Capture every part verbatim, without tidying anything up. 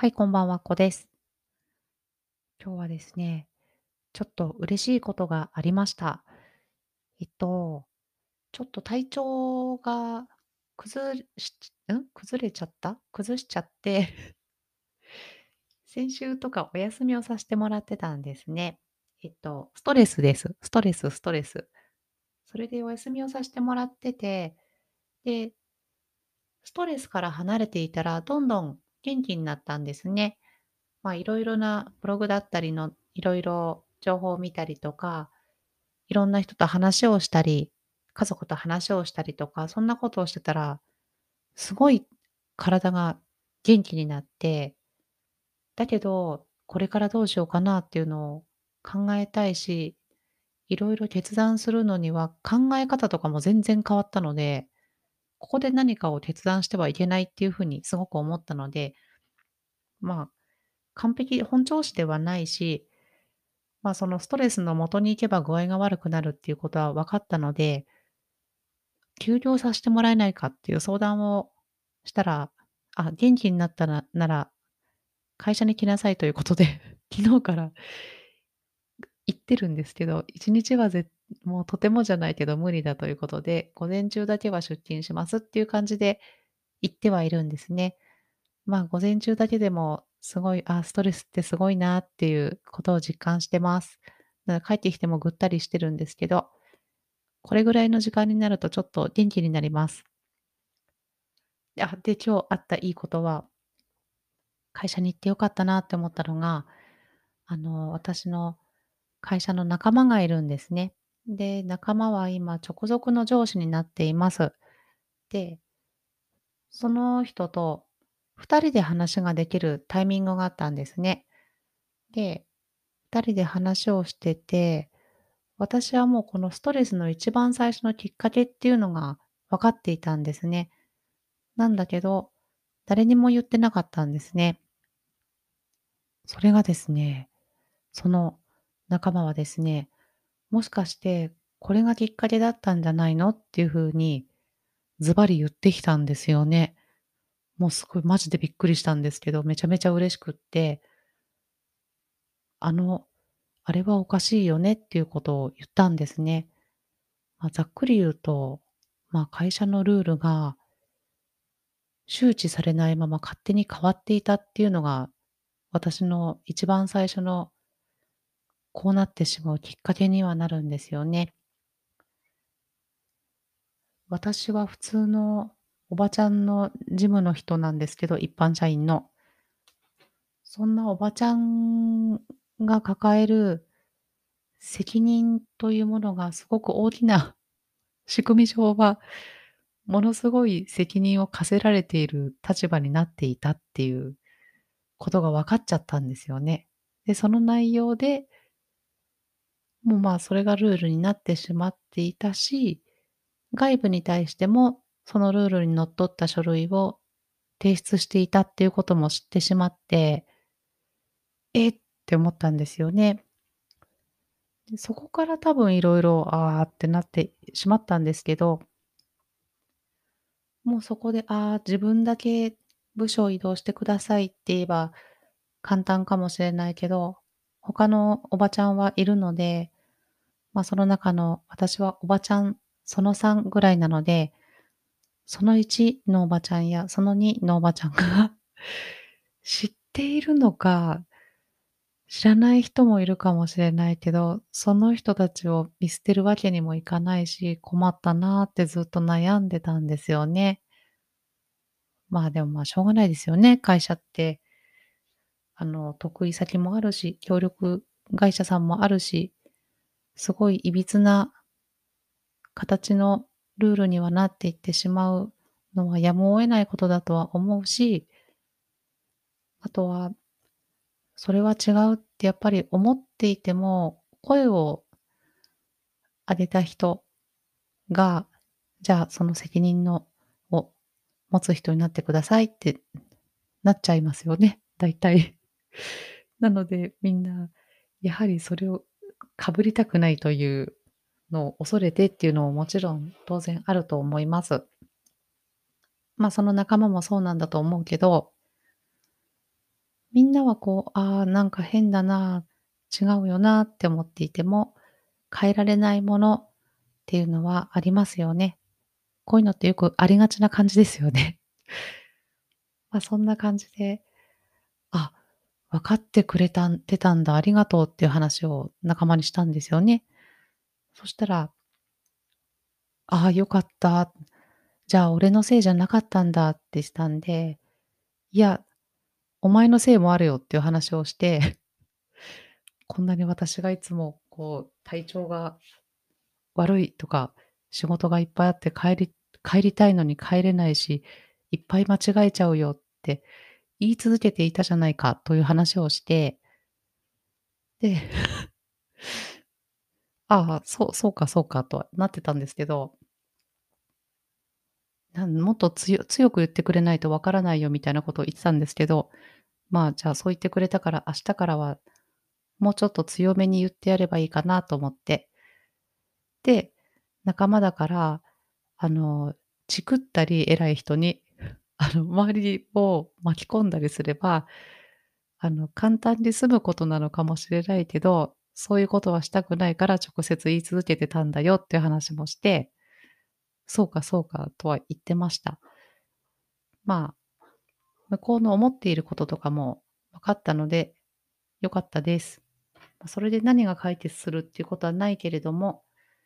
はい、こんばんは、こです。今日はですね、ちょっと嬉しいことがありました。えっと、ちょっと体調が崩れしん？崩れちゃった？崩しちゃって、先週とかお休みをさしてもらってたんですね。えっと、ストレスです。ストレスストレス。それでお休みをさしてもらってて、で、ストレスから離れていたら、どんどん元気になったんですね。まあ、いろいろなブログだったりのいろいろ情報を見たりとか、いろんな人と話をしたり、家族と話をしたりとか、そんなことをしてたら、すごい体が元気になって、だけど、これからどうしようかなっていうのを考えたいし、いろいろ決断するのには考え方とかも全然変わったので、ここで何かを決断してはいけないっていうふうにすごく思ったので、まあ、完璧本調子ではないし、まあ、そのストレスの元に行けば具合が悪くなるっていうことは分かったので、休業させてもらえないかっていう相談をしたら、あ、元気になったらなら会社に来なさいということで、昨日から行ってるんですけど、いちにちはぜもうとてもじゃないけど無理だということで、午前中だけは出勤しますっていう感じで行ってはいるんですね。まあ、午前中だけでもすごい、あ、ストレスってすごいなっていうことを実感してます。だから帰ってきてもぐったりしてるんですけど、これぐらいの時間になるとちょっと元気になります。あ、で、今日あったいいことは、会社に行ってよかったなって思ったのが、あの、私の会社の仲間がいるんですね。で、仲間は今直属の上司になっています。で、その人とふたりで話ができるタイミングがあったんですね。で、ふたりで話をしてて、私はもうこのストレスの一番最初のきっかけっていうのが分かっていたんですね。なんだけど、誰にも言ってなかったんですね。それがですね、その仲間はですね、もしかしてこれがきっかけだったんじゃないのっていう風にズバリ言ってきたんですよね。もうすごいマジでびっくりしたんですけど、めちゃめちゃ嬉しくって、あの、あれはおかしいよねっていうことを言ったんですね。まあ、ざっくり言うと、まあ、会社のルールが周知されないまま勝手に変わっていたっていうのが、私の一番最初のこうなってしまうきっかけにはなるんですよね。私は普通のおばちゃんの事務の人なんですけど、一般社員の。そんなおばちゃんが抱える責任というものがすごく大きな仕組み上は、ものすごい責任を課せられている立場になっていたっていうことが分かっちゃったんですよね。で、その内容で、もう、まあ、それがルールになってしまっていたし、外部に対しても、そのルールにのっとった書類を提出していたっていうことも知ってしまって、えって思ったんですよね。で、そこから多分いろいろ、ああってなってしまったんですけど、もうそこで、ああ、自分だけ部署を移動してくださいって言えば簡単かもしれないけど、他のおばちゃんはいるので、ま、その中の私はおばちゃんそのさんぐらいなので、そのいちのおばちゃんやそのにのおばちゃんが知っているのか、知らない人もいるかもしれないけど、その人たちを見捨てるわけにもいかないし、困ったなってずっと悩んでたんですよね。まあ、でも、まあ、しょうがないですよね。会社って、あの、得意先もあるし、協力会社さんもあるし、すごい歪な形のルールにはなっていってしまうのはやむを得ないことだとは思うし、あとは、それは違うってやっぱり思っていても、声を上げた人が、じゃあその責任のを持つ人になってくださいってなっちゃいますよね、大体。なので、みんな、やはりそれをかぶりたくないというのを恐れてっていうのももちろん当然あると思います。ま、その仲間もそうなんだと思うけど、 みんなはこう、ああ、なんか変だな、違うよなって思っていても、変えられないものっていうのはありますよね。こういうのってよくありがちな感じですよね。ま、そんな感じで、あ、分かってくれたんてたんだ、ありがとうっていう話を仲間にしたんですよね。そしたら、ああ、良かった。じゃあ俺のせいじゃなかったんだってしたんで、いや、お前のせいもあるよっていう話をして、こんなに私がいつもこう体調が悪いとか、仕事がいっぱいあって帰り帰りたいのに帰れないし、いっぱい間違えちゃうよって言い続けていたじゃないかという話をして、で、ああ、そうそうかそうかとはなってたんですけど、なんもっとつよ強く言ってくれないとわからないよみたいなことを言ってたんですけど、まあ、じゃあそう言ってくれたから、明日からはもうちょっと強めに言ってやればいいかなと思って。で、仲間だから、あの、チクったり偉い人に、あの、周りを巻き込んだりすれば、あの、簡単に済むことなのかもしれないけど、そういうことはしたくないから直接言い続けてたんだよっていう話もして、そうかそうかとは言ってました。まあ、向こうの思っていることとかも分かったので良かったです。ま、それで何が解決するっていうことはないけれども、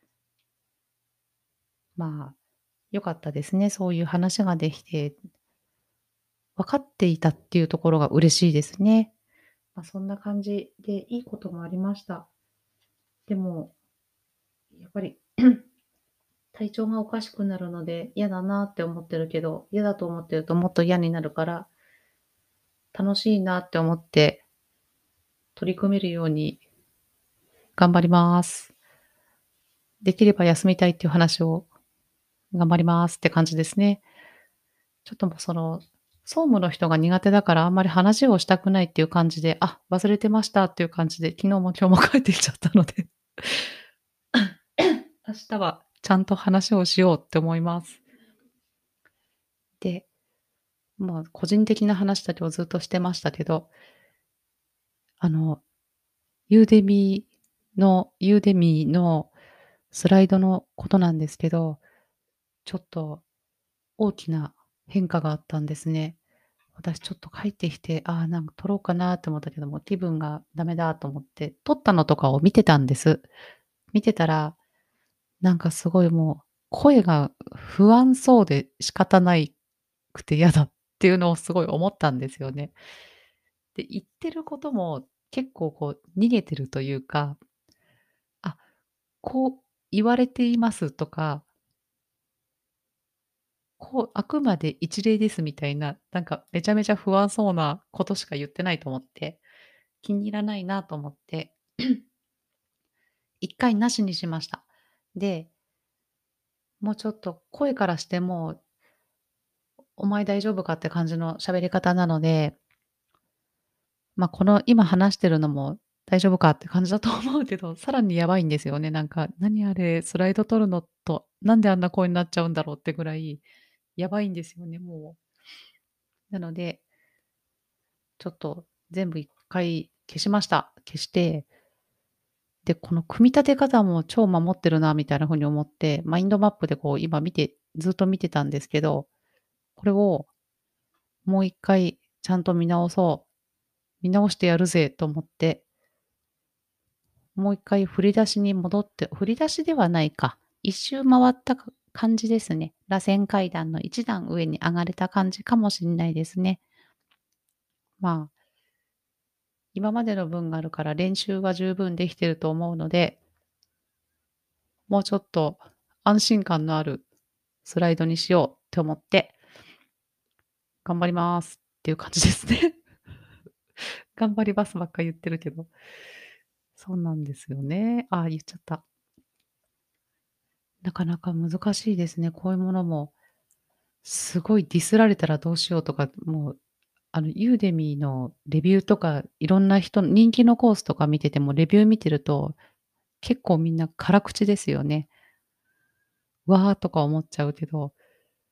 まあ、良かったですね。そういう話ができて、分かっていたっていうところが嬉しいですね。ま、そんな感じでいいこともありました。でも、やっぱり体調がおかしくなるので嫌だなって思ってるけど、嫌だと思ってるともっと嫌になるから、楽しいなって思って取り組めるように頑張ります。できれば休みたいっていう話を頑張りますって感じですね。ちょっともうその、総務の人が苦手だからあんまり話をしたくないっていう感じで、あ、忘れてましたっていう感じで、昨日も今日も帰ってきちゃったので、明日はちゃんと話をしようって思います。で、まあ、個人的な話だけをずっとしてましたけど、あの、ユーデミのユーデミのスライドのことなんですけど、ちょっと大きな変化があったんですね。私ちょっと帰ってきて、ああ、なんか撮ろうかなって思ったけども、気分がダメだと思って、撮ったのとかを見てたんです。見てたら、なんかすごいもう、声が不安そうで仕方ないくて嫌だっていうのをすごい思ったんですよね。で、言ってることも結構こう逃げてるというか、あ、こう言われていますとか、こうあくまで一例ですみたいな、なんかめちゃめちゃ不安そうなことしか言ってないと思って、気に入らないなと思って一回なしにしました。で、もうちょっと声からしても、お前大丈夫かって感じの喋り方なので、ま、この今話してるのも大丈夫かって感じだと思うけど、さらにやばいんですよね。なんか、何あれ、スライド撮るのと、なんであんな声になっちゃうんだろうってぐらい、やばいんですよね、もう。なので、ちょっと全部一回消しました。消して、で、この組み立て方も超守ってるなみたいな風に思って、マインドマップでこう今見てずっと見てたんですけど、これをもう一回ちゃんと見直そう、見直してやるぜと思って、もう一回振り出しに戻って、振り出しではないか、一周回ったか感じですね。螺旋階段の一段上に上がれた感じかもしんないですね。まあ、今までの分があるから練習は十分できてると思うので、もうちょっと安心感のあるスライドにしようって思って頑張りますっていう感じですね。頑張りますばっか言ってるけど。そうなんですよね。ああ、言っちゃった。なかなか難しいですね。こういうものも、すごいディスられたらどうしようとか、もう、あの、ユーデミーのレビューとか、いろんな人人気のコースとか見てても、レビュー見てると、結構みんな辛口ですよね。わあとか思っちゃうけど、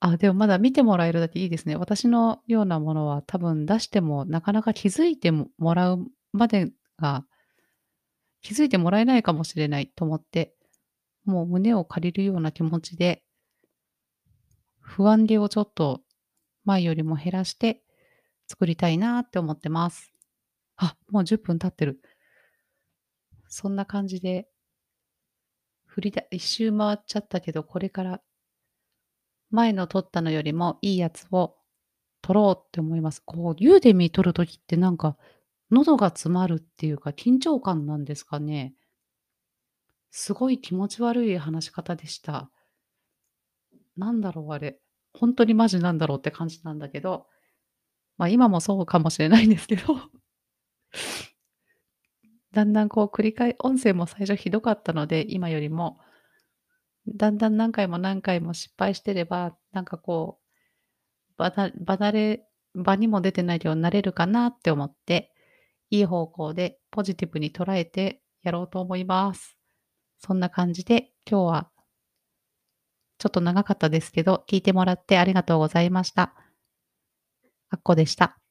あ、でもまだ見てもらえるだけいいですね。私のようなものは多分出してもなかなか気づいてももらうまでが気づいてもらえないかもしれないと思って、もう胸を借りるような気持ちで、不安げをちょっと前よりも減らして作りたいなって思ってます。あ、もうじゅっぷん経ってる。そんな感じで、振りだ一周回っちゃったけど、これから前の撮ったのよりもいいやつを撮ろうって思います。こう、ユーデミー撮る時ってなんか、喉が詰まるっていうか、緊張感なんですかね。すごい気持ち悪い話し方でした。なんだろうあれ。ほんとにマジなんだろうって感じなんだけど、ま、今もそうかもしれないんですけど、だんだんこう繰り返音声も最初ひどかったので、今よりも、だんだん何回も何回も失敗してれば、なんかこう、ばだ場慣れ場にも出てないけど慣れるかなって思って、いい方向でポジティブに捉えてやろうと思います。そんな感じで、今日はちょっと長かったですけど、聞いてもらってありがとうございました。あっこでした。